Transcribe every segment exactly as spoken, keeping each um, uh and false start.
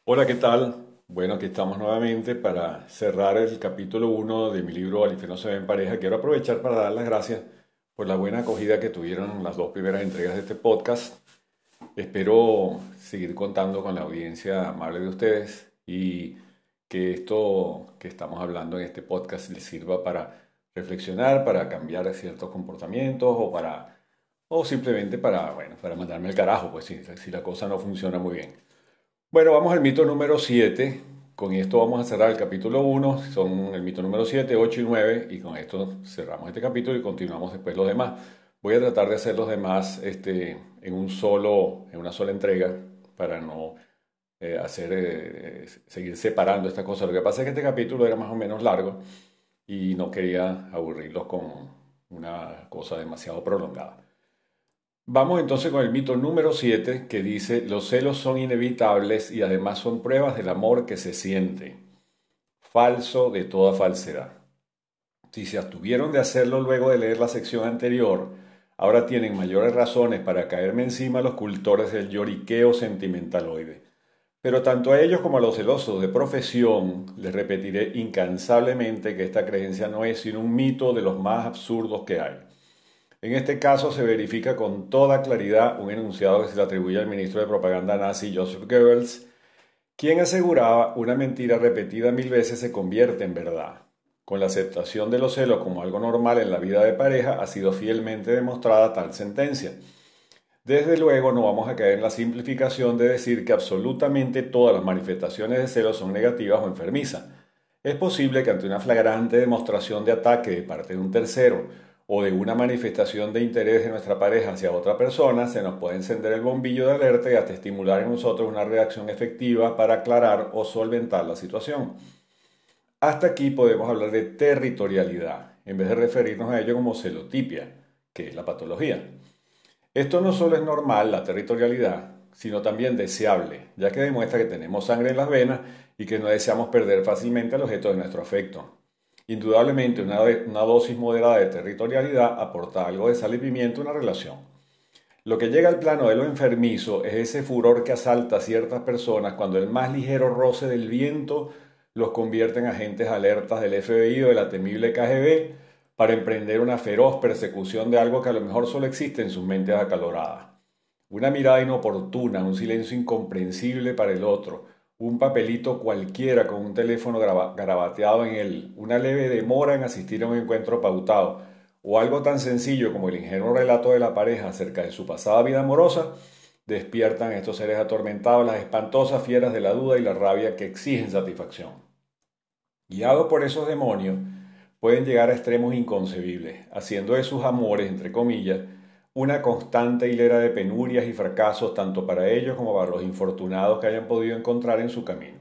Hola, ¿qué tal? Bueno, aquí estamos nuevamente para cerrar el capítulo uno de mi libro Al infierno se ve en pareja. Quiero aprovechar para dar las gracias por la buena acogida que tuvieron las dos primeras entregas de este podcast. Espero seguir contando con la audiencia amable de ustedes y que esto que estamos hablando en este podcast les sirva para reflexionar, para cambiar ciertos comportamientos o para o simplemente para, bueno, para mandarme al carajo, pues si, si la cosa no funciona muy bien. Bueno, vamos al mito número siete. Con esto vamos a cerrar el capítulo uno. Son el mito número siete, ocho y nueve. Y con esto cerramos este capítulo y continuamos después los demás. Voy a tratar de hacer los demás este, en un solo, en una sola entrega para no eh, hacer, eh, seguir separando estas cosas. Lo que pasa es que este capítulo era más o menos largo y no quería aburrirlos con una cosa demasiado prolongada. Vamos entonces con el mito número siete que dice, los celos son inevitables y además son pruebas del amor que se siente. Falso de toda falsedad. Si se abstuvieron de hacerlo luego de leer la sección anterior, ahora tienen mayores razones para caerme encima los cultores del lloriqueo sentimentaloide. Pero tanto a ellos como a los celosos de profesión les repetiré incansablemente que esta creencia no es sino un mito de los más absurdos que hay. En este caso se verifica con toda claridad un enunciado que se le atribuye al ministro de propaganda nazi Joseph Goebbels, quien aseguraba una mentira repetida mil veces se convierte en verdad. Con la aceptación de los celos como algo normal en la vida de pareja ha sido fielmente demostrada tal sentencia. Desde luego no vamos a caer en la simplificación de decir que absolutamente todas las manifestaciones de celos son negativas o enfermizas. Es posible que ante una flagrante demostración de ataque de parte de un tercero o de una manifestación de interés de nuestra pareja hacia otra persona, se nos puede encender el bombillo de alerta y hasta estimular en nosotros una reacción efectiva para aclarar o solventar la situación. Hasta aquí podemos hablar de territorialidad, en vez de referirnos a ello como celotipia, que es la patología. Esto no solo es normal, la territorialidad, sino también deseable, ya que demuestra que tenemos sangre en las venas y que no deseamos perder fácilmente al objeto de nuestro afecto. Indudablemente, una, una dosis moderada de territorialidad aporta algo de sal y pimienta a una relación. Lo que llega al plano de lo enfermizo es ese furor que asalta a ciertas personas cuando el más ligero roce del viento los convierte en agentes alertas del F B I o de la temible K G B para emprender una feroz persecución de algo que a lo mejor solo existe en sus mentes acaloradas. Una mirada inoportuna, un silencio incomprensible para el otro, un papelito cualquiera con un teléfono graba- garabateado en él, una leve demora en asistir a un encuentro pautado, o algo tan sencillo como el ingenuo relato de la pareja acerca de su pasada vida amorosa, despiertan a estos seres atormentados las espantosas fieras de la duda y la rabia que exigen satisfacción. Guiados por esos demonios, pueden llegar a extremos inconcebibles, haciendo de sus amores, entre comillas, una constante hilera de penurias y fracasos tanto para ellos como para los infortunados que hayan podido encontrar en su camino.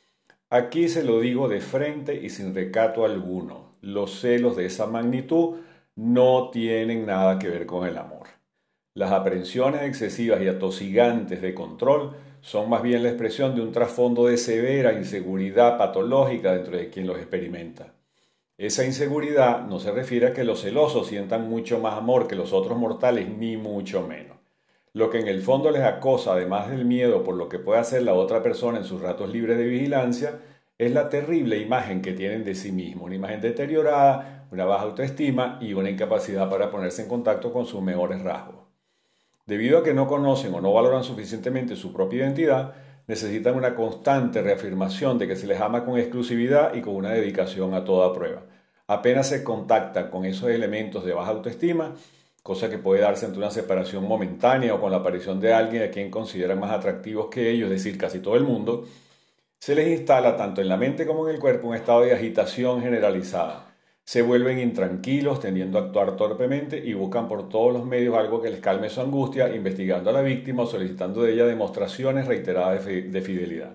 Aquí se lo digo de frente y sin recato alguno, los celos de esa magnitud no tienen nada que ver con el amor. Las aprensiones excesivas y atosigantes de control son más bien la expresión de un trasfondo de severa inseguridad patológica dentro de quien los experimenta. Esa inseguridad no se refiere a que los celosos sientan mucho más amor que los otros mortales, ni mucho menos. Lo que en el fondo les acosa, además del miedo por lo que puede hacer la otra persona en sus ratos libres de vigilancia, es la terrible imagen que tienen de sí mismos, una imagen deteriorada, una baja autoestima y una incapacidad para ponerse en contacto con sus mejores rasgos. Debido a que no conocen o no valoran suficientemente su propia identidad, necesitan una constante reafirmación de que se les ama con exclusividad y con una dedicación a toda prueba. Apenas se contactan con esos elementos de baja autoestima, cosa que puede darse ante una separación momentánea o con la aparición de alguien a quien consideran más atractivos que ellos, es decir, casi todo el mundo, se les instala tanto en la mente como en el cuerpo un estado de agitación generalizada. Se vuelven intranquilos, tendiendo a actuar torpemente y buscan por todos los medios algo que les calme su angustia, investigando a la víctima o solicitando de ella demostraciones reiteradas de fidelidad.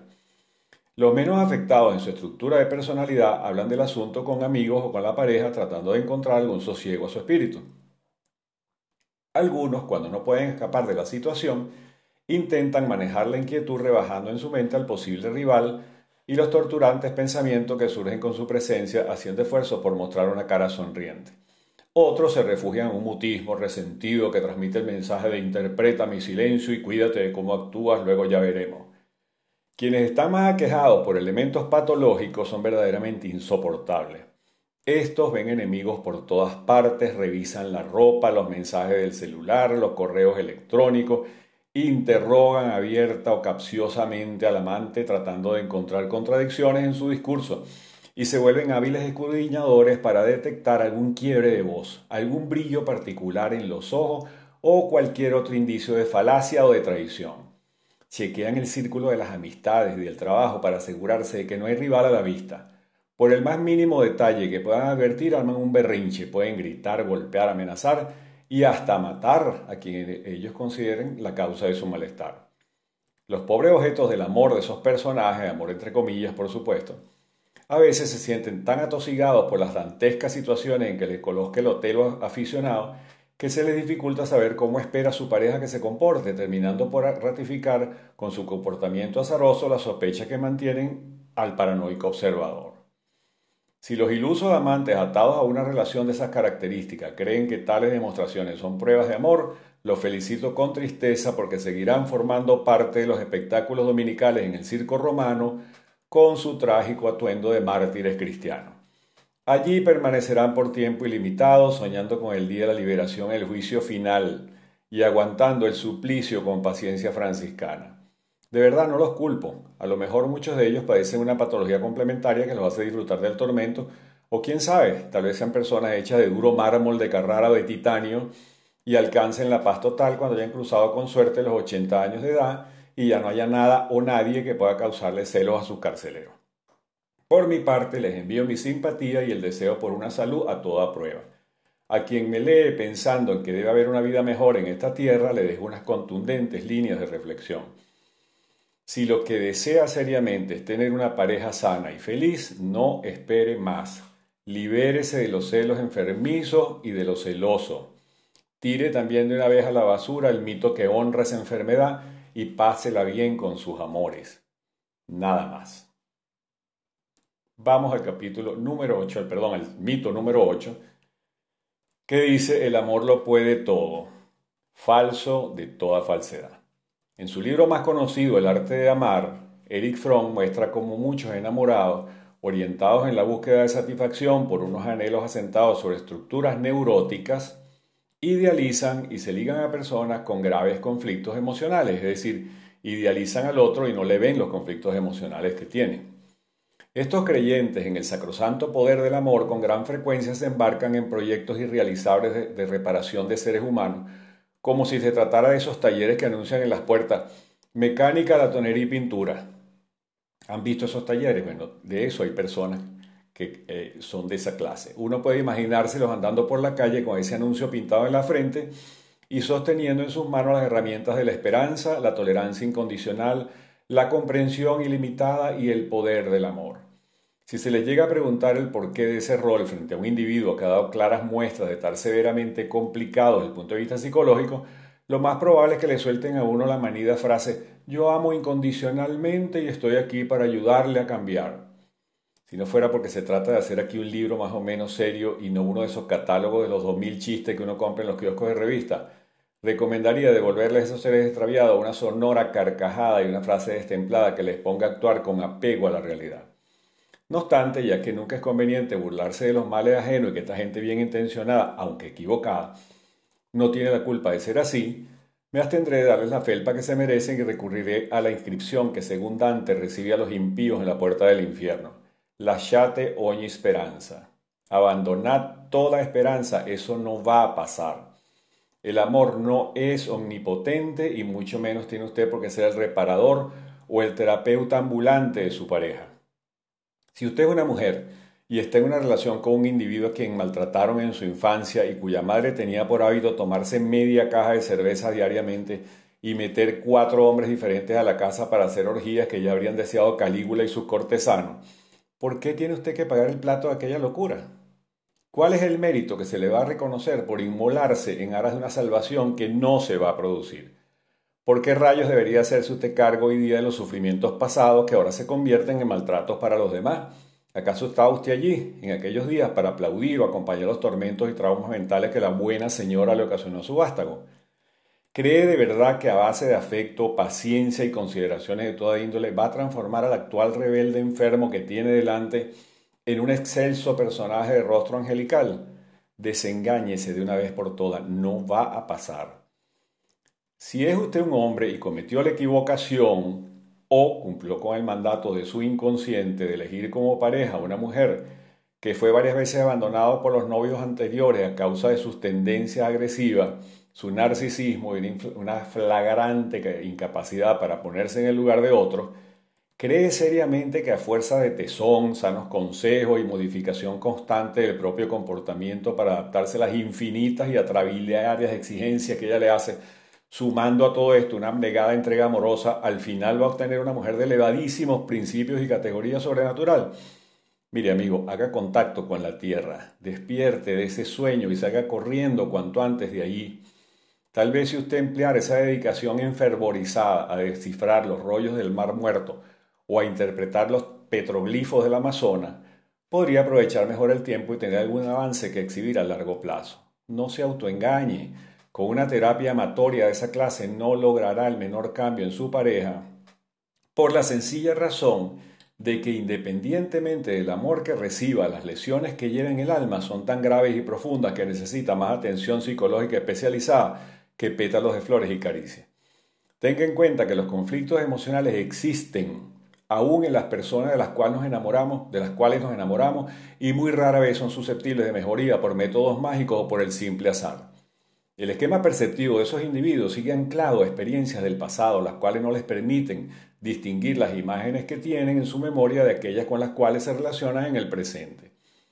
Los menos afectados en su estructura de personalidad hablan del asunto con amigos o con la pareja tratando de encontrar algún sosiego a su espíritu. Algunos, cuando no pueden escapar de la situación, intentan manejar la inquietud rebajando en su mente al posible rival y los torturantes pensamientos que surgen con su presencia, haciendo esfuerzos por mostrar una cara sonriente. Otros se refugian en un mutismo resentido que transmite el mensaje de interpreta mi silencio y cuídate de cómo actúas, luego ya veremos. Quienes están más aquejados por elementos patológicos son verdaderamente insoportables. Estos ven enemigos por todas partes, revisan la ropa, los mensajes del celular, los correos electrónicos, interrogan abierta o capciosamente al amante tratando de encontrar contradicciones en su discurso y se vuelven hábiles escudriñadores para detectar algún quiebre de voz, algún brillo particular en los ojos o cualquier otro indicio de falacia o de traición. Chequean el círculo de las amistades y del trabajo para asegurarse de que no hay rival a la vista. Por el más mínimo detalle que puedan advertir, arman un berrinche, pueden gritar, golpear, amenazar y hasta matar a quien ellos consideren la causa de su malestar. Los pobres objetos del amor de esos personajes, amor entre comillas por supuesto, a veces se sienten tan atosigados por las dantescas situaciones en que les coloca el Otelo aficionado que se les dificulta saber cómo espera su pareja que se comporte, terminando por ratificar con su comportamiento azaroso la sospecha que mantienen al paranoico observador. Si los ilusos amantes atados a una relación de esas características creen que tales demostraciones son pruebas de amor, los felicito con tristeza porque seguirán formando parte de los espectáculos dominicales en el circo romano con su trágico atuendo de mártires cristianos. Allí permanecerán por tiempo ilimitado, soñando con el día de la liberación, el juicio final, y aguantando el suplicio con paciencia franciscana. De verdad no los culpo, a lo mejor muchos de ellos padecen una patología complementaria que los hace disfrutar del tormento, o quién sabe, tal vez sean personas hechas de duro mármol de Carrara o de titanio y alcancen la paz total cuando hayan cruzado con suerte los ochenta años de edad y ya no haya nada o nadie que pueda causarle celos a sus carceleros. Por mi parte, les envío mi simpatía y el deseo por una salud a toda prueba. A quien me lee pensando en que debe haber una vida mejor en esta tierra, le dejo unas contundentes líneas de reflexión. Si lo que desea seriamente es tener una pareja sana y feliz, no espere más. Libérese de los celos enfermizos y de lo celoso. Tire también de una vez a la basura el mito que honra esa enfermedad y pásela bien con sus amores. Nada más. Vamos al capítulo número ocho, perdón, al mito número ocho, que dice: el amor lo puede todo, falso de toda falsedad. En su libro más conocido, El arte de amar, Erich Fromm muestra cómo muchos enamorados, orientados en la búsqueda de satisfacción por unos anhelos asentados sobre estructuras neuróticas, idealizan y se ligan a personas con graves conflictos emocionales, es decir, idealizan al otro y no le ven los conflictos emocionales que tienen. Estos creyentes en el sacrosanto poder del amor con gran frecuencia se embarcan en proyectos irrealizables de, de reparación de seres humanos, como si se tratara de esos talleres que anuncian en las puertas mecánica, latonería y pintura. ¿Han visto esos talleres? Bueno, de eso hay personas que eh, son de esa clase. Uno puede imaginárselos andando por la calle con ese anuncio pintado en la frente y sosteniendo en sus manos las herramientas de la esperanza, la tolerancia incondicional, la comprensión ilimitada y el poder del amor. Si se les llega a preguntar el porqué de ese rol frente a un individuo que ha dado claras muestras de estar severamente complicado desde el punto de vista psicológico, lo más probable es que le suelten a uno la manida frase «yo amo incondicionalmente y estoy aquí para ayudarle a cambiar». Si no fuera porque se trata de hacer aquí un libro más o menos serio y no uno de esos catálogos de los dos mil chistes que uno compra en los kioscos de revista, recomendaría devolverles a esos seres extraviados una sonora carcajada y una frase destemplada que les ponga a actuar con apego a la realidad. No obstante, ya que nunca es conveniente burlarse de los males ajenos y que esta gente bien intencionada, aunque equivocada, no tiene la culpa de ser así, me abstendré de darles la felpa que se merecen y recurriré a la inscripción que según Dante recibe a los impíos en la puerta del infierno. Lasciate ogni speranza. Abandonad toda esperanza, eso no va a pasar. El amor no es omnipotente y mucho menos tiene usted por qué ser el reparador o el terapeuta ambulante de su pareja. Si usted es una mujer y está en una relación con un individuo a quien maltrataron en su infancia y cuya madre tenía por hábito tomarse media caja de cerveza diariamente y meter cuatro hombres diferentes a la casa para hacer orgías que ya habrían deseado Calígula y sus cortesanos, ¿por qué tiene usted que pagar el plato de aquella locura? ¿Cuál es el mérito que se le va a reconocer por inmolarse en aras de una salvación que no se va a producir? ¿Por qué rayos debería hacerse usted cargo hoy día de los sufrimientos pasados que ahora se convierten en maltratos para los demás? ¿Acaso estaba usted allí en aquellos días para aplaudir o acompañar los tormentos y traumas mentales que la buena señora le ocasionó a su vástago? ¿Cree de verdad que a base de afecto, paciencia y consideraciones de toda índole va a transformar al actual rebelde enfermo que tiene delante en un excelso personaje de rostro angelical? Desengáñese de una vez por todas, no va a pasar. Si es usted un hombre y cometió la equivocación o cumplió con el mandato de su inconsciente de elegir como pareja a una mujer que fue varias veces abandonado por los novios anteriores a causa de sus tendencias agresivas, su narcisismo y una flagrante incapacidad para ponerse en el lugar de otros, ¿cree seriamente que a fuerza de tesón, sanos consejos y modificación constante del propio comportamiento para adaptarse a las infinitas y atrabiliarias exigencias que ella le hace, sumando a todo esto una abnegada entrega amorosa, al final va a obtener una mujer de elevadísimos principios y categoría sobrenatural? Mire, amigo, haga contacto con la tierra, despierte de ese sueño y salga corriendo cuanto antes de allí. Tal vez si usted empleara esa dedicación enfervorizada a descifrar los rollos del Mar Muerto o a interpretar los petroglifos del Amazonas, podría aprovechar mejor el tiempo y tener algún avance que exhibir a largo plazo. No se autoengañe. Con una terapia amatoria de esa clase no logrará el menor cambio en su pareja por la sencilla razón de que independientemente del amor que reciba, las lesiones que hieren el alma son tan graves y profundas que necesita más atención psicológica especializada que pétalos de flores y caricias. Tenga en cuenta que los conflictos emocionales existen aún en las personas de las cuales nos enamoramos, de las cuales nos enamoramos, y muy rara vez son susceptibles de mejoría por métodos mágicos o por el simple azar. El esquema perceptivo de esos individuos sigue anclado a experiencias del pasado, las cuales no les permiten distinguir las imágenes que tienen en su memoria de aquellas con las cuales se relacionan en el presente.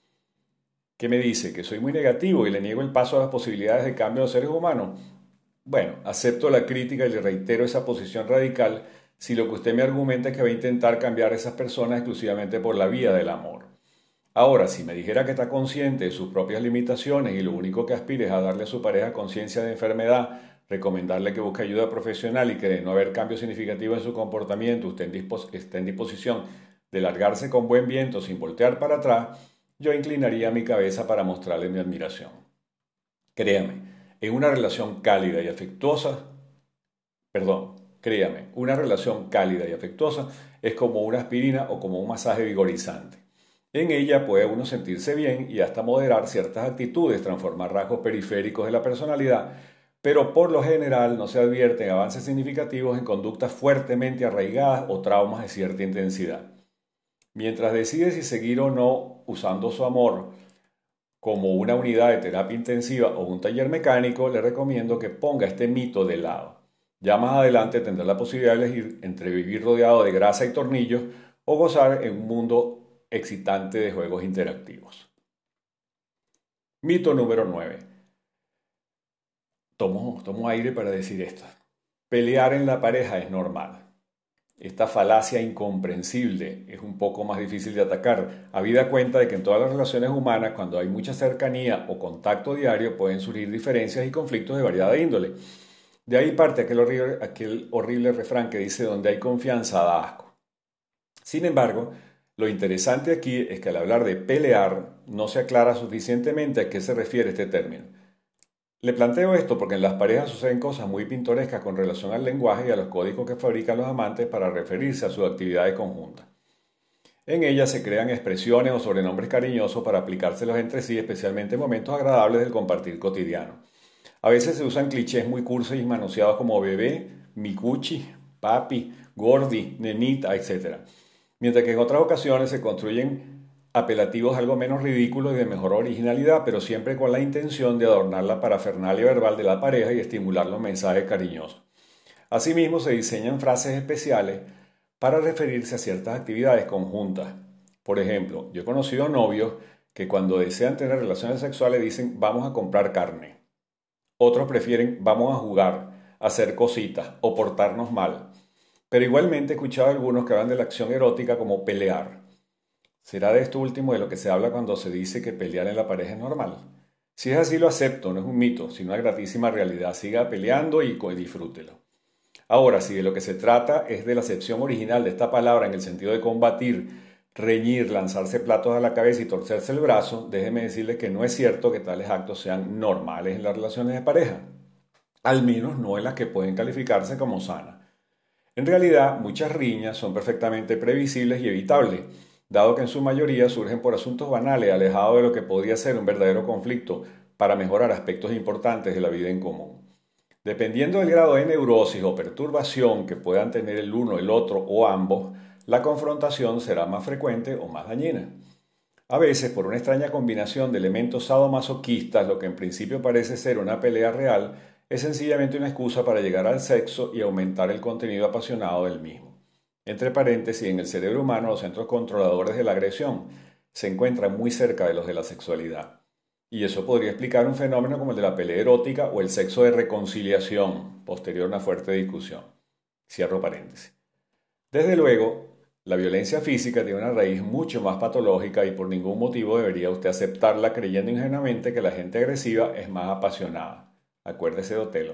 ¿Qué me dice? ¿Que soy muy negativo y le niego el paso a las posibilidades de cambio de los seres humanos? Bueno, acepto la crítica y le reitero esa posición radical si lo que usted me argumenta es que va a intentar cambiar a esas personas exclusivamente por la vía del amor. Ahora, si me dijera que está consciente de sus propias limitaciones y lo único que aspira es a darle a su pareja conciencia de enfermedad, recomendarle que busque ayuda profesional y que de no haber cambio significativo en su comportamiento usted esté en disposición de largarse con buen viento sin voltear para atrás, yo inclinaría mi cabeza para mostrarle mi admiración. Créame, en una relación cálida y afectuosa, perdón, créame, una relación cálida y afectuosa es como una aspirina o como un masaje vigorizante. En ella puede uno sentirse bien y hasta moderar ciertas actitudes, transformar rasgos periféricos de la personalidad, pero por lo general no se advierten avances significativos en conductas fuertemente arraigadas o traumas de cierta intensidad. Mientras decide si seguir o no usando su amor como una unidad de terapia intensiva o un taller mecánico, le recomiendo que ponga este mito de lado. Ya más adelante tendrá la posibilidad de elegir entre vivir rodeado de grasa y tornillos o gozar en un mundo excitante de juegos interactivos. Mito número nueve. Tomo, tomo aire para decir esto. Pelear en la pareja es normal. Esta falacia incomprensible es un poco más difícil de atacar, habida cuenta de que en todas las relaciones humanas, cuando hay mucha cercanía o contacto diario, pueden surgir diferencias y conflictos de variada índole. De ahí parte aquel horrible, aquel horrible refrán que dice: donde hay confianza da asco. Sin embargo, lo interesante aquí es que al hablar de pelear no se aclara suficientemente a qué se refiere este término. Le planteo esto porque en las parejas suceden cosas muy pintorescas con relación al lenguaje y a los códigos que fabrican los amantes para referirse a sus actividades conjuntas. En ellas se crean expresiones o sobrenombres cariñosos para aplicárselos entre sí, especialmente en momentos agradables del compartir cotidiano. A veces se usan clichés muy cursos y manoseados como bebé, micuchi, papi, gordi, nenita, etcétera. Mientras que en otras ocasiones se construyen apelativos algo menos ridículos y de mejor originalidad, pero siempre con la intención de adornar la parafernalia verbal de la pareja y estimular los mensajes cariñosos. Asimismo, se diseñan frases especiales para referirse a ciertas actividades conjuntas. Por ejemplo, yo he conocido novios que cuando desean tener relaciones sexuales dicen vamos a comprar carne. Otros prefieren vamos a jugar, hacer cositas o portarnos mal. Pero igualmente he escuchado a algunos que hablan de la acción erótica como pelear. ¿Será de esto último de lo que se habla cuando se dice que pelear en la pareja es normal? Si es así, lo acepto, no es un mito, sino una gratísima realidad. Siga peleando y disfrútelo. Ahora, si de lo que se trata es de la acepción original de esta palabra en el sentido de combatir, reñir, lanzarse platos a la cabeza y torcerse el brazo, déjeme decirle que no es cierto que tales actos sean normales en las relaciones de pareja. al menos no en las que pueden calificarse como sanas. En realidad, muchas riñas son perfectamente previsibles y evitables, dado que en su mayoría surgen por asuntos banales, alejados de lo que podría ser un verdadero conflicto para mejorar aspectos importantes de la vida en común. Dependiendo del grado de neurosis o perturbación que puedan tener el uno, el otro o ambos, la confrontación será más frecuente o más dañina. A veces, por una extraña combinación de elementos sadomasoquistas, lo que en principio parece ser una pelea real, es sencillamente una excusa para llegar al sexo y aumentar el contenido apasionado del mismo. Entre paréntesis, en el cerebro humano los centros controladores de la agresión se encuentran muy cerca de los de la sexualidad. Y eso podría explicar un fenómeno como el de la pelea erótica o el sexo de reconciliación, posterior a una fuerte discusión. Cierro paréntesis. Desde luego, la violencia física tiene una raíz mucho más patológica y por ningún motivo debería usted aceptarla creyendo ingenuamente que la gente agresiva es más apasionada. Acuérdese de Otelo.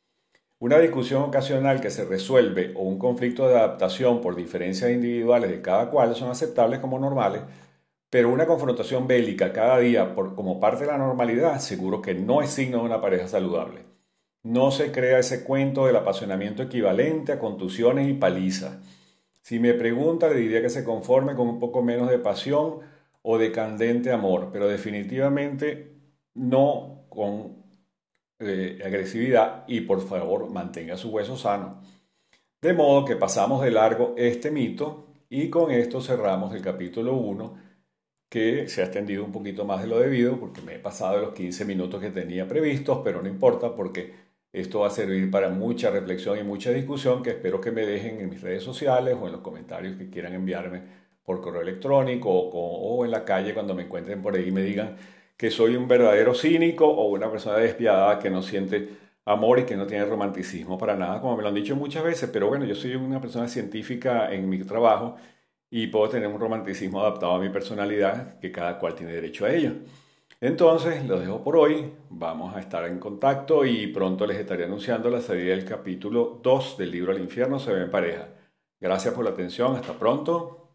Una discusión ocasional que se resuelve o un conflicto de adaptación por diferencias individuales de cada cual son aceptables como normales, pero una confrontación bélica cada día por, como parte de la normalidad seguro que no es signo de una pareja saludable. No se crea ese cuento del apasionamiento equivalente a contusiones y palizas. Si me pregunta, le diría que se conforme con un poco menos de pasión o de candente amor, pero definitivamente no con eh, agresividad y por favor mantenga su hueso sano. De modo que pasamos de largo este mito y con esto cerramos el capítulo uno, que se ha extendido un poquito más de lo debido porque me he pasado de los quince minutos que tenía previstos, pero no importa porque esto va a servir para mucha reflexión y mucha discusión que espero que me dejen en mis redes sociales o en los comentarios que quieran enviarme por correo electrónico o, o en la calle cuando me encuentren por ahí y me digan que soy un verdadero cínico o una persona despiadada que no siente amor y que no tiene romanticismo para nada, como me lo han dicho muchas veces, pero bueno, yo soy una persona científica en mi trabajo y puedo tener un romanticismo adaptado a mi personalidad, que cada cual tiene derecho a ello. Entonces, lo dejo por hoy, vamos a estar en contacto y pronto les estaré anunciando la salida del capítulo dos del libro Al infierno se ve en pareja. Gracias por la atención, hasta pronto.